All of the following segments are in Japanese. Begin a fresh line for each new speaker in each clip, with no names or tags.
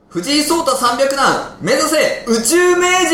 藤井聡太300段目指せ宇宙名人。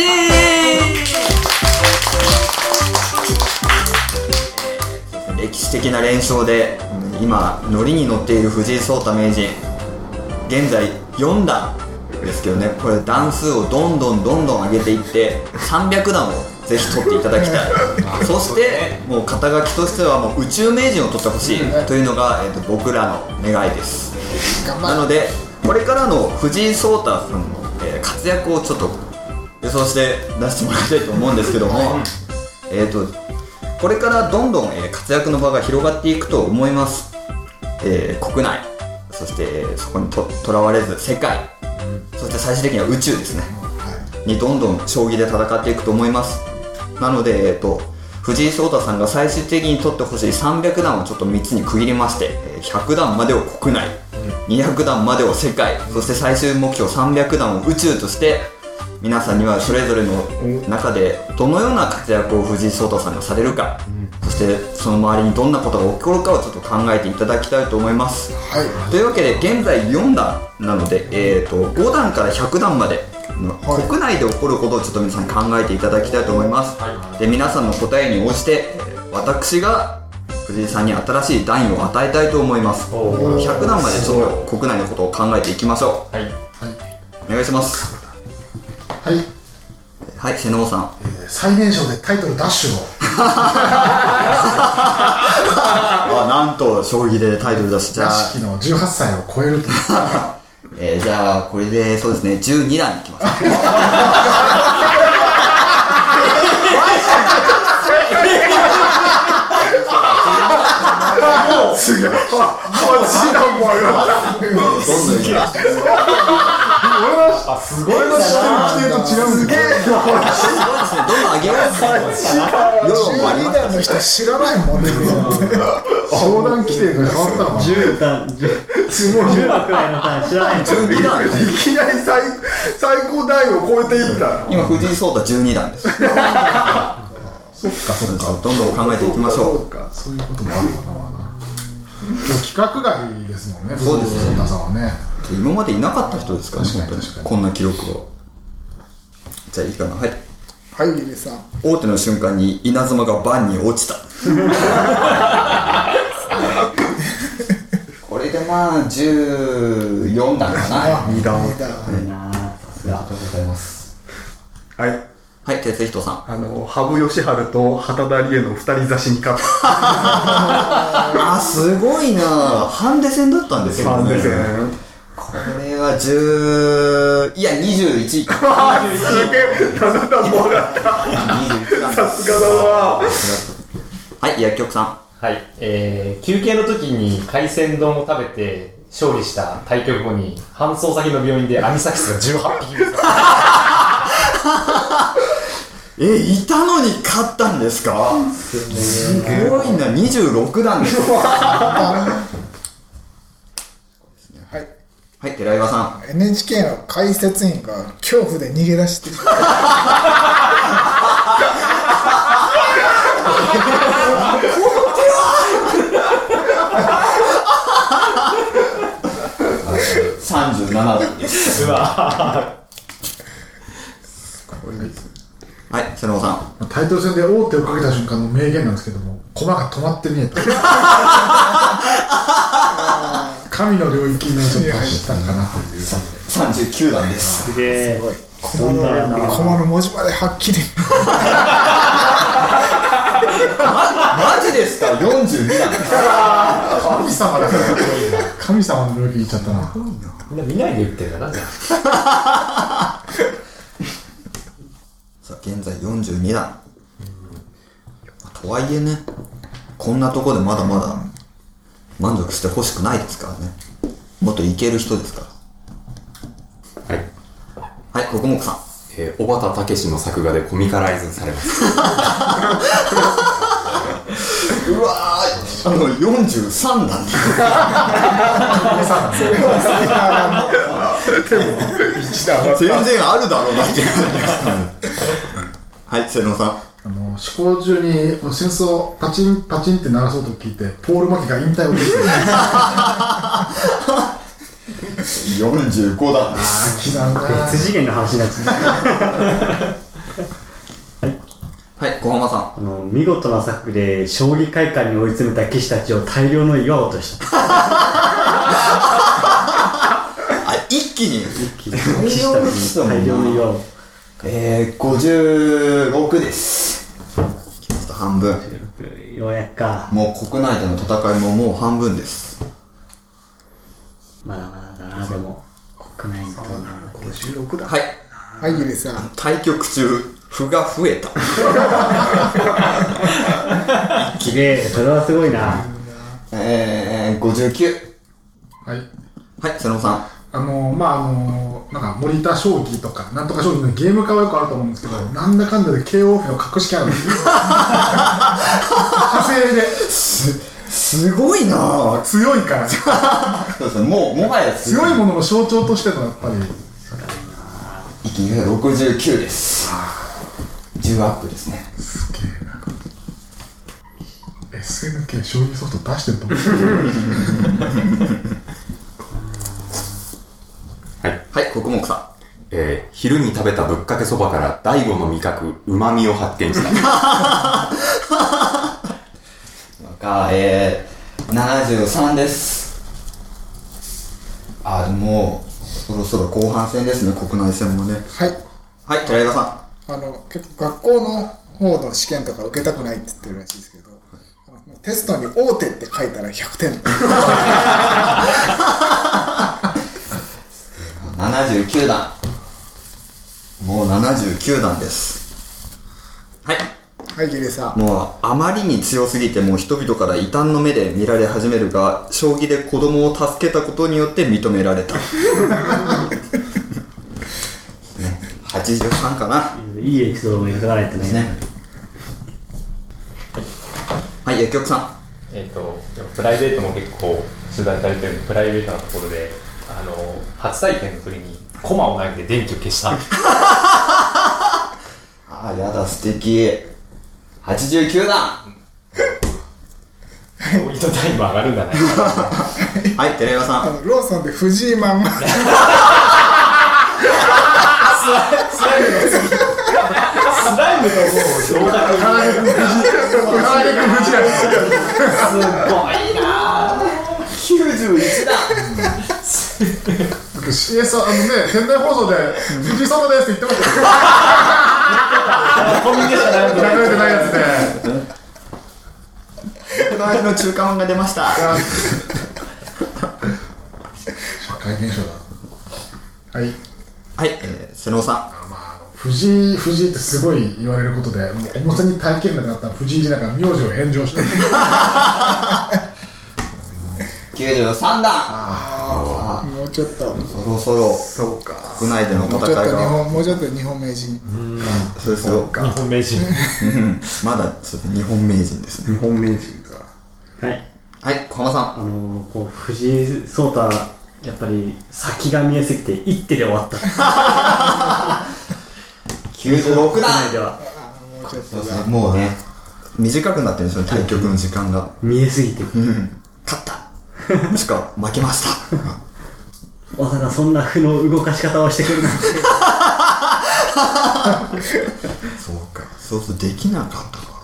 歴史的な連勝で今乗りに乗っている藤井聡太名人、現在4段ですけどね、これ段数をどんどん上げていって300段をぜひ取っていただきたいそしてもう肩書きとしてはもう宇宙名人を取ってほしいというのが、僕らの願いです。なのでこれからの藤井聡太さんの、活躍をちょっと予想して出してもらいたいと思うんですけども、これからどんどん、活躍の場が広がっていくと思います。国内、そしてそこにとらわれず世界、そして最終的には宇宙ですね、にどんどん将棋で戦っていくと思います。なので、藤井聡太さんが最終的に取ってほしい300段をちょっと3つに区切りまして、100段までを国内、200段までを世界、そして最終目標300段を宇宙として、皆さんにはそれぞれの中でどのような活躍を藤井聡太さんがされるか、そしてその周りにどんなことが起こるかをちょっと考えていただきたいと思います。というわけで現在4段なので、5段から100段まで国内で起こることをちょっと皆さん考えていただきたいと思います。で、皆さんの答えに応じて、私が藤井さんに新しい段位を与えたいと思います。100段までちょっと国内のことを考えていきましょう。お願いします。はい、瀬能さん、
最年少でタイトルダッシュを
なんと将棋でタイトルダッシュ、じゃあ
屋敷の18歳を超えると
じゃあこれでそうですね、12段いきます
すげえ、8段も上がった。
どんどんいきます。
すごいな、知ってる規定と違うんですね。
すごいですね、どんどん上げます。
12段の人知らないもんね。
昇段規定が変わったのかな。
10段、10段くらいの段知らないんですよ。
いきなり最高段位を超えていった。
今藤井聡太12段です。
そっか、
どんどん考えていきましょう。
そういうこともあるのかな。規格外ですもんね。
そうですね。
皆さんはね。
今までいなかった人ですからね、
確かに
こんな記録を。じゃあいいかな。はい。
はい、リリーさん。
王手の瞬間に稲妻が盤に落ちた。これでまあ14段かな。
2段。
ありがとうございます。
はい。
はい、哲人さん。
羽生善治と畑田理恵の二人差しに勝った。
すごいな。ハンデ戦だったんですよね。
ハンデ戦。
これはいや21。
すげえ、7段も上がった。さすがだな。
はい、薬局さん。
はい、休憩の時に海鮮丼を食べて勝利した対局後に搬送先の病院でアニサキスが18匹見つかった。
いたのに勝ったんですか？すごいな、26段です。はい、寺岩さん。
NHK の解説員が恐怖で逃げ出してる。
37段です。
うわ
はい、瀬能さん。
タイトル戦で王手をかけた瞬間の名言なんですけども、駒が止まって見えた。神の領域にちょっと入ったのかなという。
39段です。
すげえ。
駒の文字まではっきり。
マジですか？42段。
神様だから。神様の領域に行っちゃったな。
みんな見ないで言ってるんだな。
さあ現在42段。とはいえね、こんなとこでまだまだ満足してほしくないですからね。もっといける人ですから。はい、国木さん。
小畑武史の作画でコミカライズされます。
うわー、43段。全然あるだろうなっていう。はい、瀬野さん。
試行中に戦争パチンパチンって鳴らそうと聞いてポール・マキが引退を受けて
45段です
刻むな
別次元の話になっちゃう。
はい小浜さん。
見事な策で将棋会館に追い詰めた棋士たちを大量の岩を落とした。
一気に
棋士たちに大量の岩を。
56ですちょっと半分。
ようやくか。
もう国内での戦いももう半分です。
まだまだだな、でも。国内のとな。
56だ。
はい
はいギリさん
対局中歩が増えた
すげえ、それはすごいな。
59。
はい。
はい瀬野さん。
なんかモニター将棋とかなんとか将棋のゲーム化はよくあると思うんですけど、なんだかんだで KO の隠しキャラです。派生です
ごいなぁ。
強いからね。
そうですね、もはや
強いものの象徴としてのやっぱり
息が69です。10アップですね。
すげえな。SNK 将棋ソフト出してると思う。
はい国木さ
昼に食べたぶっかけそばから第五の味覚、旨味を発見した。
んが73です。もうそろそろ後半戦ですね、国内戦もね。
はい
はい寺岩さ
結構学校の方の試験とか受けたくないって言ってるらしいですけど、テストに大手って書いたら100点。
ん79段。もう79段です。はい
はいギリさん
もうあまりに強すぎてもう人々から異端の目で見られ始めるが、将棋で子供を助けたことによって認められた、ね、83かな。
いいエピソードも描かれてね。
はい薬局さん。
プライベートも結構取材されてるプライベートなところで、初体験の時に駒を投げて電気を消した。
やだ素敵。89段。
ポイントタイム上がるんだね。
はい寺岩さん。
ローソンで藤井マンマ
スライムともう同格。
唐揚げくん藤井
すごいな
91段。
CS 店内放送で藤井聡ですって言ってましたよ。
コミュニケーション
流れてないやつで。
この味の中華まんが出ました。
社会現象だ。はい。
はい瀬能さ
藤井ってすごい言われることで、もう重さに耐えきれなくなった藤井でなんか名字を返上して。
ん。93段。
もうちょっと
そろそろ
そうか。
国内での戦いが。
もうちょっと日本名人
そうですよ。
日本名人。
まだちょっと日本名人ですね。
日本名人か。
はい。
はい小浜さん。
こう藤井聡太、やっぱり先が見えすぎて一手で終わった。
96
国内
段。
では
もうちょっと
もうね短くなってるんですよ対局の時間が。
見えすぎて、
勝ったしか負けました。
まさかそんな負の動かし方をしてくるなんて。
そうかそうするとできなかったか。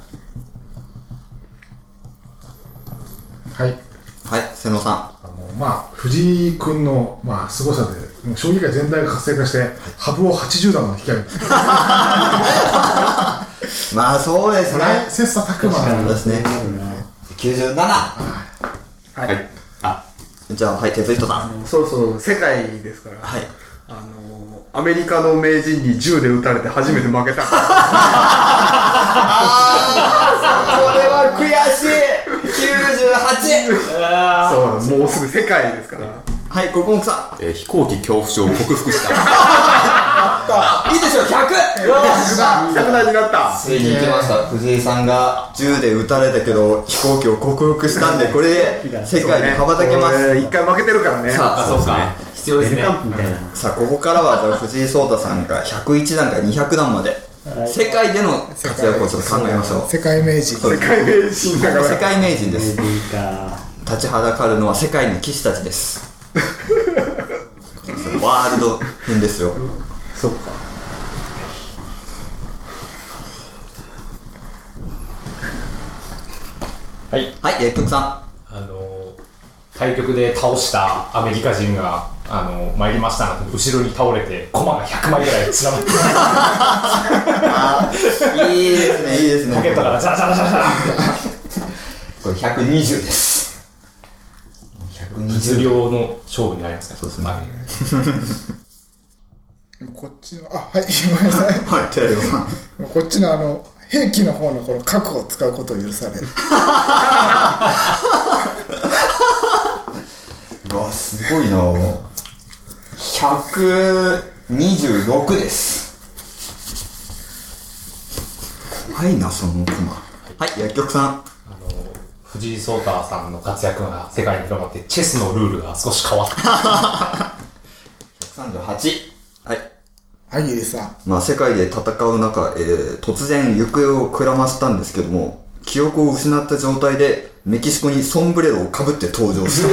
はい。
はい瀬野さ
藤井君の凄さで、もう将棋界全体が活性化して羽生を80段まで引き上げた。
ん。まあそうですね。
切磋琢
そう
磨。
ですね。97。
はい。
じゃあはい鉄人さん。
そうそう世界ですから、
はい。
アメリカの名人に銃で撃たれて初めて負けた。
これは悔しい。98。
そうもうすぐ世界ですから。
はい国木さん。
飛行機恐怖症を克服した。
いいでしょ100。
100台になった。
ついに行きました。藤井さんが銃で撃たれたけど飛行機を克服したんで、これで世界に羽ばたけます。
一回負けてるからね。
さあ
そうか。必要ですね。
ウェルカンプみたいな。
さあここからはじゃあ藤井聡太さんが101段から200段まで世界での活躍をちょっと考えましょう。
世界名人
そうです
世界名人だから。
世界名人です。
いいか。
立ちはだかるのは世界の騎士たちです。 ワールド編ですよ。
そっか。
はい。
はい、薬局さ
対局で倒したアメリカ人が、参りましたので、後ろに倒れて、駒が100枚ぐらい散らばって、
ん。いいですね、いいですね。
ポケットからジャラジャラジャラジャラ
これ120です。
物量の勝負になりますね。そうですね。
こっちの、はい、ごめんなさい。
はい、テレビさん。
こっちの兵器の方のこの核を使うことを許される。
うわ、すごいな。126です。怖いな、その駒。はい、薬局さん。
藤井聡太さんの活躍が世界に広まって、チェスのルールが少し変わった。
138。はい。
はい、イリさん。
まあ、世界で戦う中、突然行方をくらましたんですけども、記憶を失った状態でメキシコにソンブレロをかぶって登場した。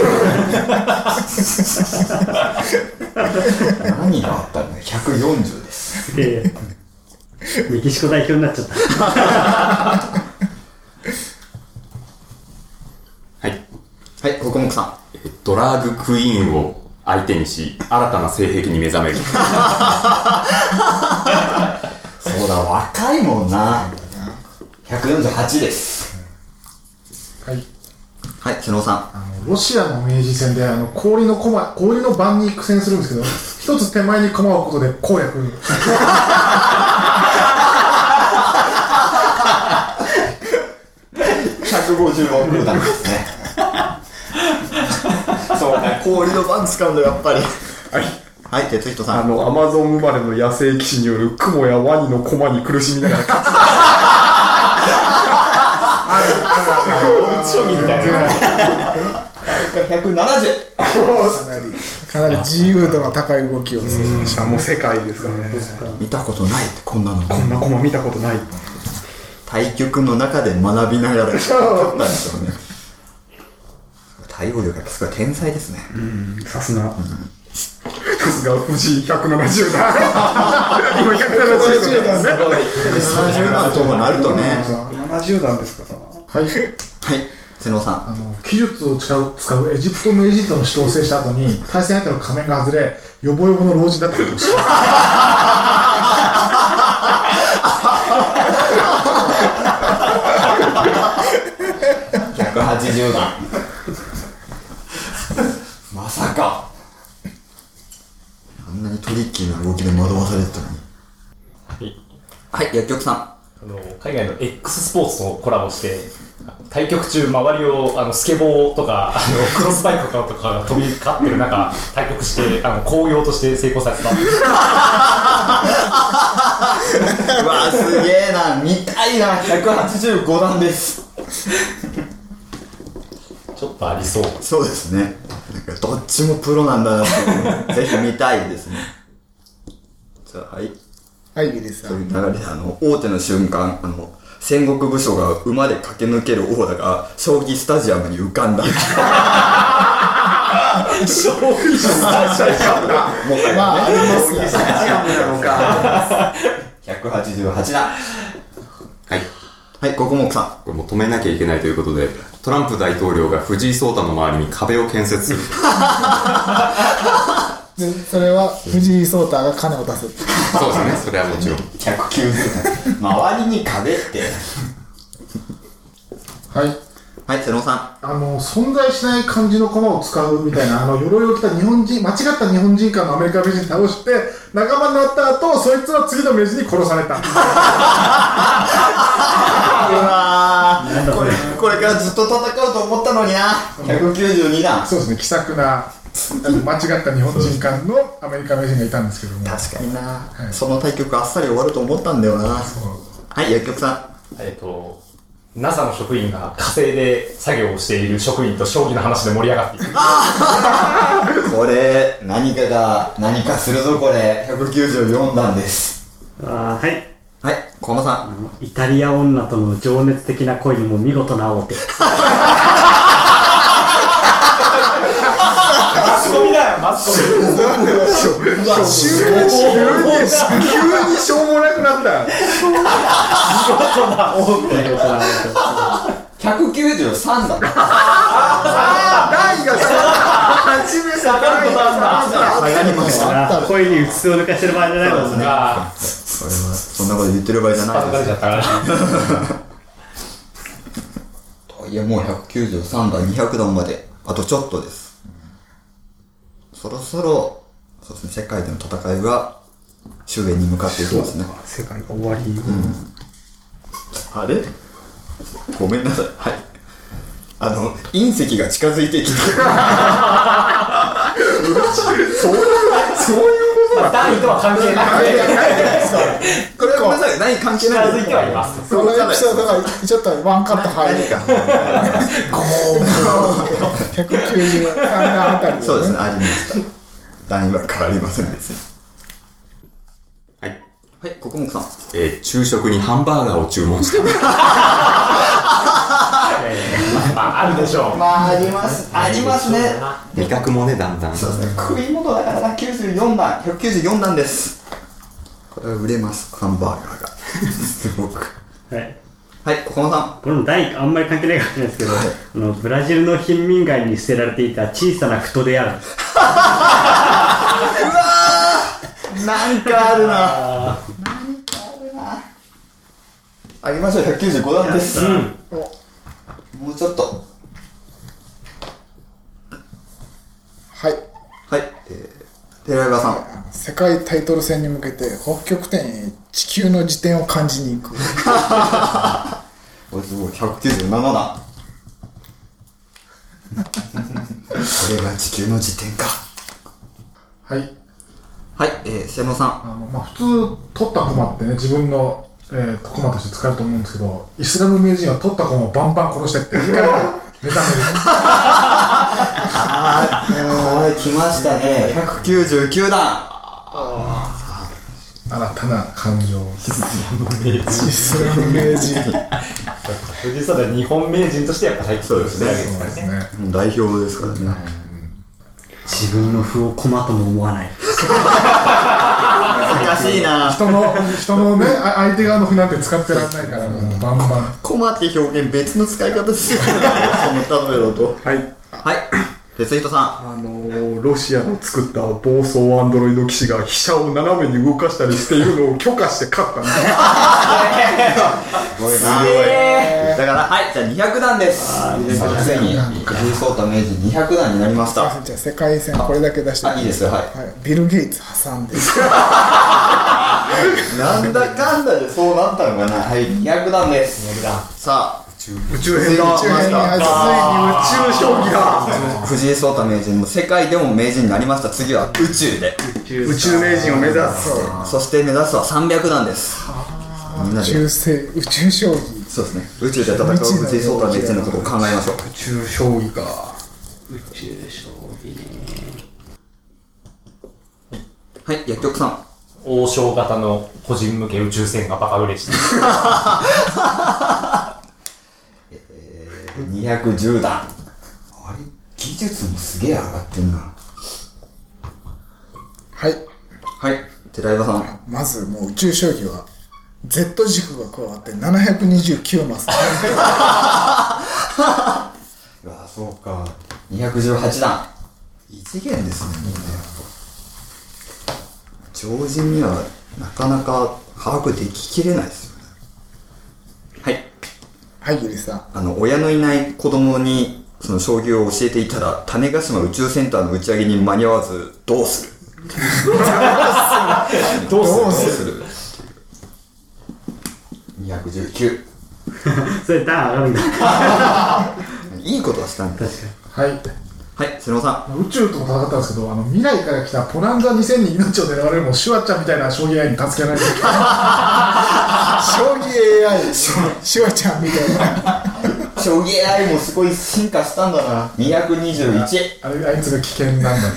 何があったの ?140 です。
メキシコ代表になっちゃった。
はい。
はい、国木さん。
ドラッグクイーンを相手にし、新たな性癖に目覚める。
そうだ、若いもんな。148です。
はい。
はい、瀬野さん。
ロシアの明治戦で氷の盤に苦戦するんですけど、一つ手前に駒を置くことで攻略。
156段ですね。そうね、氷の盤使うんだ、やっぱり。はい。はい、哲人さん。
アマゾン生まれの野生騎士によるクモやワニの駒に苦しみながら勝つ。
将棋みたいな。
170。
かなり自由度の高い動きをする。
もう世界ですからね。
見たことないってこんなの。
こんな駒見たことない。
対局の中で学びながら勝ったんですよね。対応力がすごい天才ですね。
さすが。さすが藤井170段。今170段ね。
70段ともなるとね。
70段ですから。
はい。
はい、瀬野さん。
技術を使うエジプトのエジプトの首都を制した後に、対戦相手の仮面が外れ、ヨボヨボの老人だったことを知った。
180段。まさか。あんなにトリッキーな動きで惑わされてたのに。はい、薬局さん。
海外の X スポーツとコラボして、対局中、周りをスケボーとかクロスバイクとかが飛び交ってる中、対局して、興行として成功させた。
うわ、すげえな。見たいな。185段です。
ちょっとありそう。
そうですね。なんかどっちもプロなんだなってぜひ見たいですね。じゃあ、はい。
はい、イリさ。
そうんいう流れで、大手の瞬間、戦国武将が馬で駆け抜けるオーラが将棋スタジアムに浮かんだ。
将棋スタジアムだ。
もはやね。
まあ、あります
将棋スタジアムなのか。
188だ。
はい。
はい、国木さん。
これもう止めなきゃいけないということで、トランプ大統領が藤井聡太の周りに壁を建設する。
で、それは藤井聡太が金を出す。
そうですね、それはもちろん。
190段。周りに壁って。
はい。
はい、瀬野さん。
存在しない漢字の駒を使うみたいな、鎧を着た日本人、間違った日本人間のアメリカ名人倒して、仲間になった後、そいつは次の名人に殺された。
うわー、これからずっと戦うと思ったのにな。192段。
そうですね、気さくな、間違った日本人間のアメリカ名人がいたんですけども。
確かにな、その対局あっさり終わると思ったんだよな。はい、薬局さん。
NASA の職員が火星で作業をしている職員と将棋の話で盛り上がっている。
これ、何かするぞ、これ。194段です。
はい。
はい、小浜さん。
イタリア女との情熱的な恋にも見事な大手。
マスコミだよ、マ
にしょうもなくなった
193だ。
台が初めて台が
下がりました。
声にうつを抜かしてる場合じゃないもんね。
そんなこと言ってる場合じゃないです。
ちゃったから。
いや、もう193段、200段まで、あとちょっとです。そろそろ、そうですね、世界での戦いが終焉に向かっていきますね。
世界が終わり。
あれごめんなさい。はい。隕石が近づいてきた。そういうことだ。
単位とは関係なくて、
これはごめんなさい。何関係ない
近づいてはいます。
そのエピソードがちょっとワンカット入るか。193段あたりで、ね。
そうですね、ありました。段位は変わりませんですね。
はい。
はい、国木さん。
昼食にハンバーガーを注文した。
まあ、あるでしょう。
まあ、ありますね。
味覚もね、だんだん。
そうですね、食い物だからな、94段、194段です。これは売れます、ハンバーガーが。すごく。
はい。
はい、小野さん。
これも第あんまり関係ないかもしれないですけど、ブラジルの貧民街に捨てられていた小さな人である。
なんかあるな。あげましょう、195段です。もうちょっと。
はい。
はい、寺川さん。
世界タイトル戦に向けて北極点へ地球の自転を感じに行く。
これすごい、197段。これが地球の自転か。
はい。
はい、瀬野さん。
普通取った駒ってね、自分の駒として使うと思うんですけど、イスラム名人は取った駒をバンバン殺してって一回目覚める。
これ来ましたね。199段。
新たな感情。
イスラム名人。
藤井さんは日本名人としてやっぱ最強ですね。
そうですね。
代表ですからね。
自分の歩を駒とも思わない。
難しいな。
人のね、相手側の歩なんて使ってらんないから、もうバンバン。
コマって表現別の使い方ですよね。その例えだと。
はい。
はい。鉄人さ
ロシアの作った暴走アンドロイド騎士が飛車を斜めに動かしたりしているのを許可して勝ったんだ。
ん。すごい。だから、はい、じゃあ200段です。ついに、藤井聡太名人200段になりました。
じゃあ世界戦これだけ出して
いいですよ、はい。
ビル・ゲイツ挟んで。
なんだかんだでそうなったのかな。はい、200段です。さあ、
宇宙編だ。
宇宙編に
ついに宇宙将棋だ。
藤井聡太名人も世界でも名人になりました。次は宇宙で。
宇宙名人を目指す。
そして目指すは300段です。みんなで。
宇宙将棋。
そうですね。宇宙で戦う藤井聡太名人のことを考えましょう。
宇宙将棋か。
宇宙将棋ね。
はい、薬局さん。
王将型の個人向け宇宙船がバカ売れして
210段。あれ、技術もすげえ上がってんな。
はい。
はい、寺岩さん。
まずもう宇宙将棋は Z 軸が加わって729マス。
うわ、そうか。218段。異次元ですね、もうね。常人にはなかなか把握でききれないですよね。はい。
はい、ゆりさん。
親のいない子供にその将棋を教えていたら、種子島宇宙センターの打ち上げに間に合わず、どうするどうする ?219。
それ段上がるんだ。
いいことはしたんだ。
確かに。
はい。
はい、瀬野さん。
宇宙とも戦ったんですけど、未来から来たポランザ2000に命を狙われるもシュワちゃんみたいな将棋 AI に助けられてる。
将棋 AI、シュワちゃんみたいな。
将棋 AI もすごい進化したんだな。221。
あいつが危険なんだと。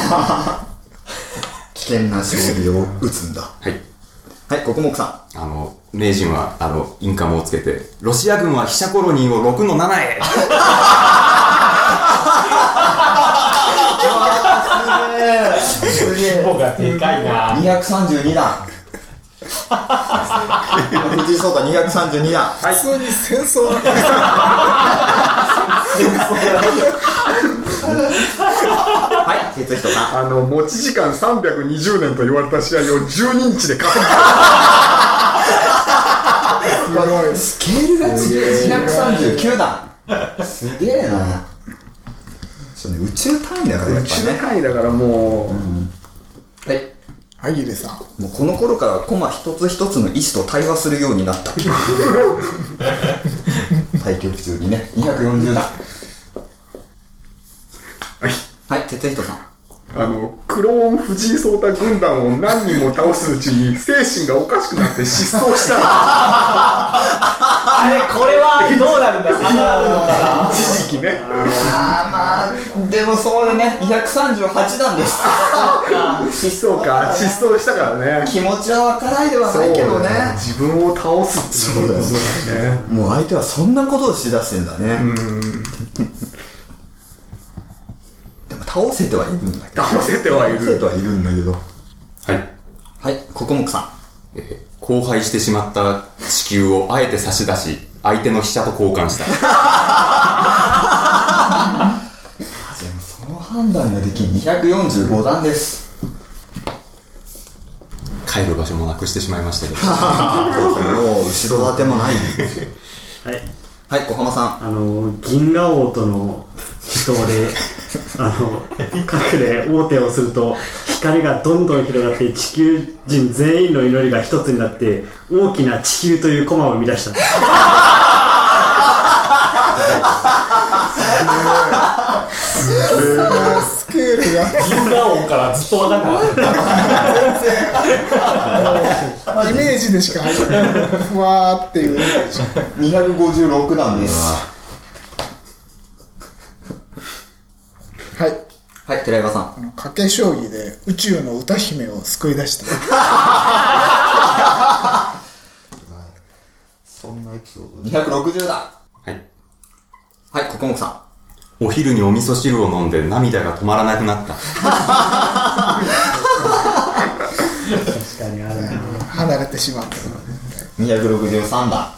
危険な将棋を打つんだ。
はい。
はい、国木さん。
名人は、インカムをつけて、ロシア軍は飛車コロニーを6の7へ。
すげえ。
規模がでかいな。
232段。藤井聡太232段。
普通に戦争の
はい、哲人さん。
持ち時間320年と言われた試合を12日で勝った。
すごい。
スケールが違う。239段。すげえな。そうね、宇宙単位だからやっぱ
宇宙
ね。
単位だからもう、
はい。
はい、ギリさん。
もうこの頃からコマ一つ一つの意思と対話するようになった。対局中にね、240段。はい、哲人さん。
クローン藤井聡太軍団を何人も倒すうちに精神がおかしくなって失踪した。
あれ、これはどうなるんだ。下がるのかな。
一時期ね。
まあ、でもそうだね、238段です。
そうか、失踪したからね。
気持ちはわからないではないけどね。
自分を倒すっていうことだね。
もう相手はそんなことをしだしてんだね。でも倒せてはいるんだけど。
倒せてはいる。
倒せてはいるんだけど。
はい。
はい、国木さん。
荒廃してしまった地球をあえて差し出し、相手の飛車と交換した。
でもその判断ができん245段です。
帰る場所もなくしてしまいましたけど。
もう後ろ盾もない。
はい。
はい、小浜さん。
銀河王との死闘で、核で王手をすると、光がどんどん広がって地球人全員の祈りが一つになって大きな地球というコマを生み出した。
スケールが
銀河王からずっと分かんなかった。
イメージでしか入ってない。ふわーっていうイメージ。
256段です。
はい。
はい、寺岩さん。
賭け将棋で宇宙の歌姫を救い出した。
そんなエピソード。260段。
はい。
はい、国木さ
お昼にお味噌汁を飲んで涙が止まらなくなった。
確かにあるな。
離れてしまった。
ん。263段。はい。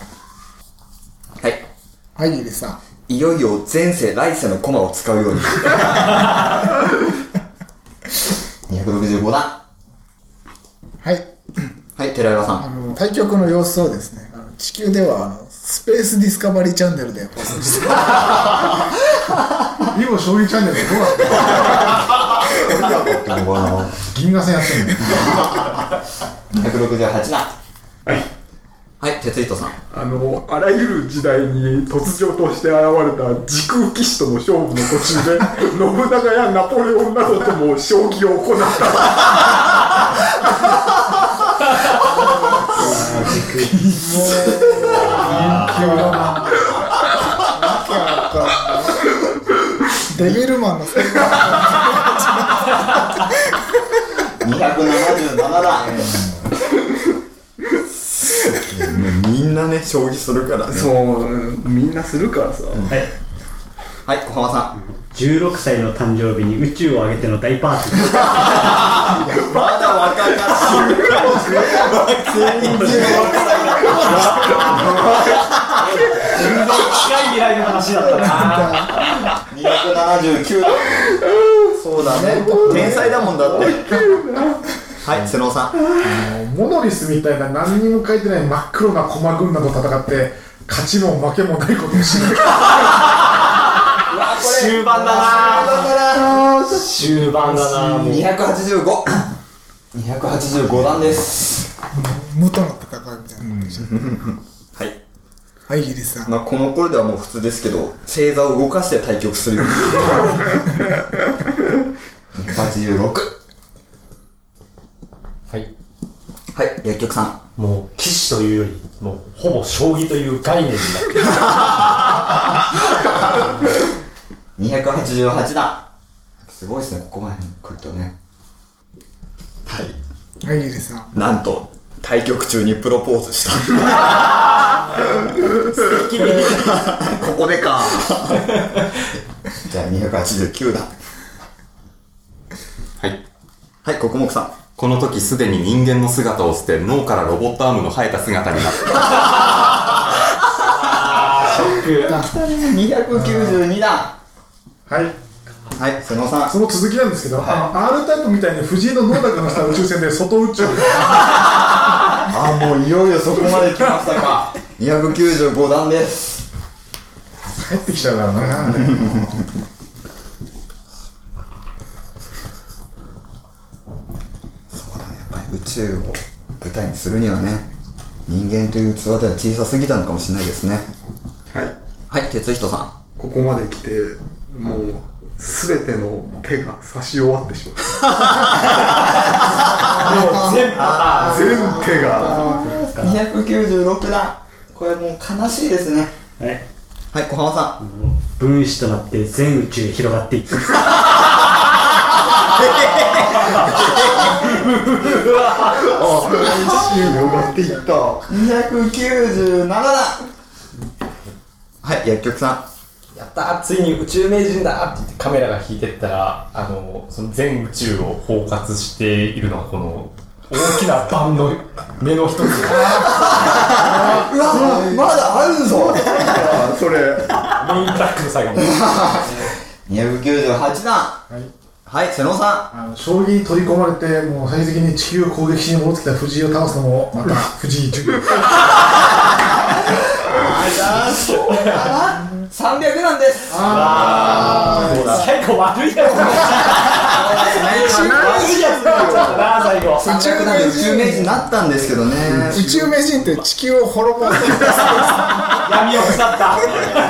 はい、ギリさん。
いよいよ前世来世のコマを使うように。265段。
はい。
はい、寺岩さん。
対局の様子をですね、地球ではスペースディスカバリーチャンネルで放送して
囲碁将棋チャンネルでどうなってんの銀河戦やってんの
268段。はい、哲人さん。
あらゆる時代に突如として現れた時空騎士との勝負の途中で信長やナポレオンなどとも将棋を行った。
デビルマンの
277段。みんなね、将棋するからね。
そう、みんなするからさ。
はい。
はい、小浜さん。
16歳の誕生日に宇宙を挙げての大パーティー。
まだ若かった。全然若か
近い未来の話だったな。
279段。そうだね。天才だもんだって。はい、瀬能さん。
モノリスみたいな何にも書いてない真っ黒な駒軍団と戦って勝ちも負けもないことをしない。
終盤だな。終盤だな。もう
285。285段です。
無との戦いみたいな感じ。
はい。
はい、ギリさん。
まあ、この頃ではもう普通ですけど、星座を動かして対局するように。286。
はい。
はい、薬局さん。
もう棋士というより、もうほぼ将棋という概念になってる。
288段。すごいですね、ここまで来るとね。はい。
はい、ギリさん。
なんと、対局中にプロポーズした。
素敵。
ここでか。じゃあ289段。
はい。
はい、国木さん。
この時すでに人間の姿を捨て、脳からロボットアームの生えた姿になった。
ショック。
292段。
はい。
はい、瀬野さん。
その続きなんですけど、R タイプみたいに藤井の能楽の下宇宙船で外宇宙
あ、もういよいよそこまで来ましたか。295段です。
帰ってきちゃうからな。
宇宙を舞台にするにはね、人間という器では小さすぎたのかもしれないですね。
はい。
はい、哲人さん。
ここまで来て、もう、すべての手が差し終わってしまった。
もう全パ
全手が。
296段。これもう悲しいですね。
はい
はい、小浜さん。
分子となって全宇宙へ広がっていく。
広がっていった。
297段。はい、薬局さ
やったー、ついに宇宙名人だって言ってカメラが引いてったら、その全宇宙を包括しているのはこの大きな盤の目の一つ。
ん。うわ、まだあるぞ。
それ。
メイントラックの最後に。
298段。はい、瀬野さ
将棋に取り込まれて、もう最終的に地球を攻撃しに戻ってきた藤井を倒すのも、また藤井純。
ん。そうだな。300段です。
最後悪いやつだ。悪いやつだな、最後。
300段で宇宙名人になったんですけどね。
宇宙名人って地球を滅ぼす。
闇を腐った。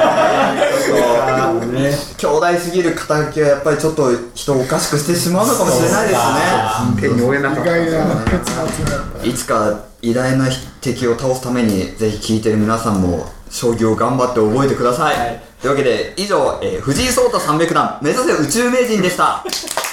兄弟すぎる肩書きはやっぱりちょっと人をおかしくしてしまうのかもしれないです
手に負えなかった。
意外な結末だった。
ね。いつか偉大な敵を倒すためにぜひ聞いてる皆さんも将棋を頑張って覚えてください。というわけで以上、藤井聡太300段目指せ宇宙名人でした。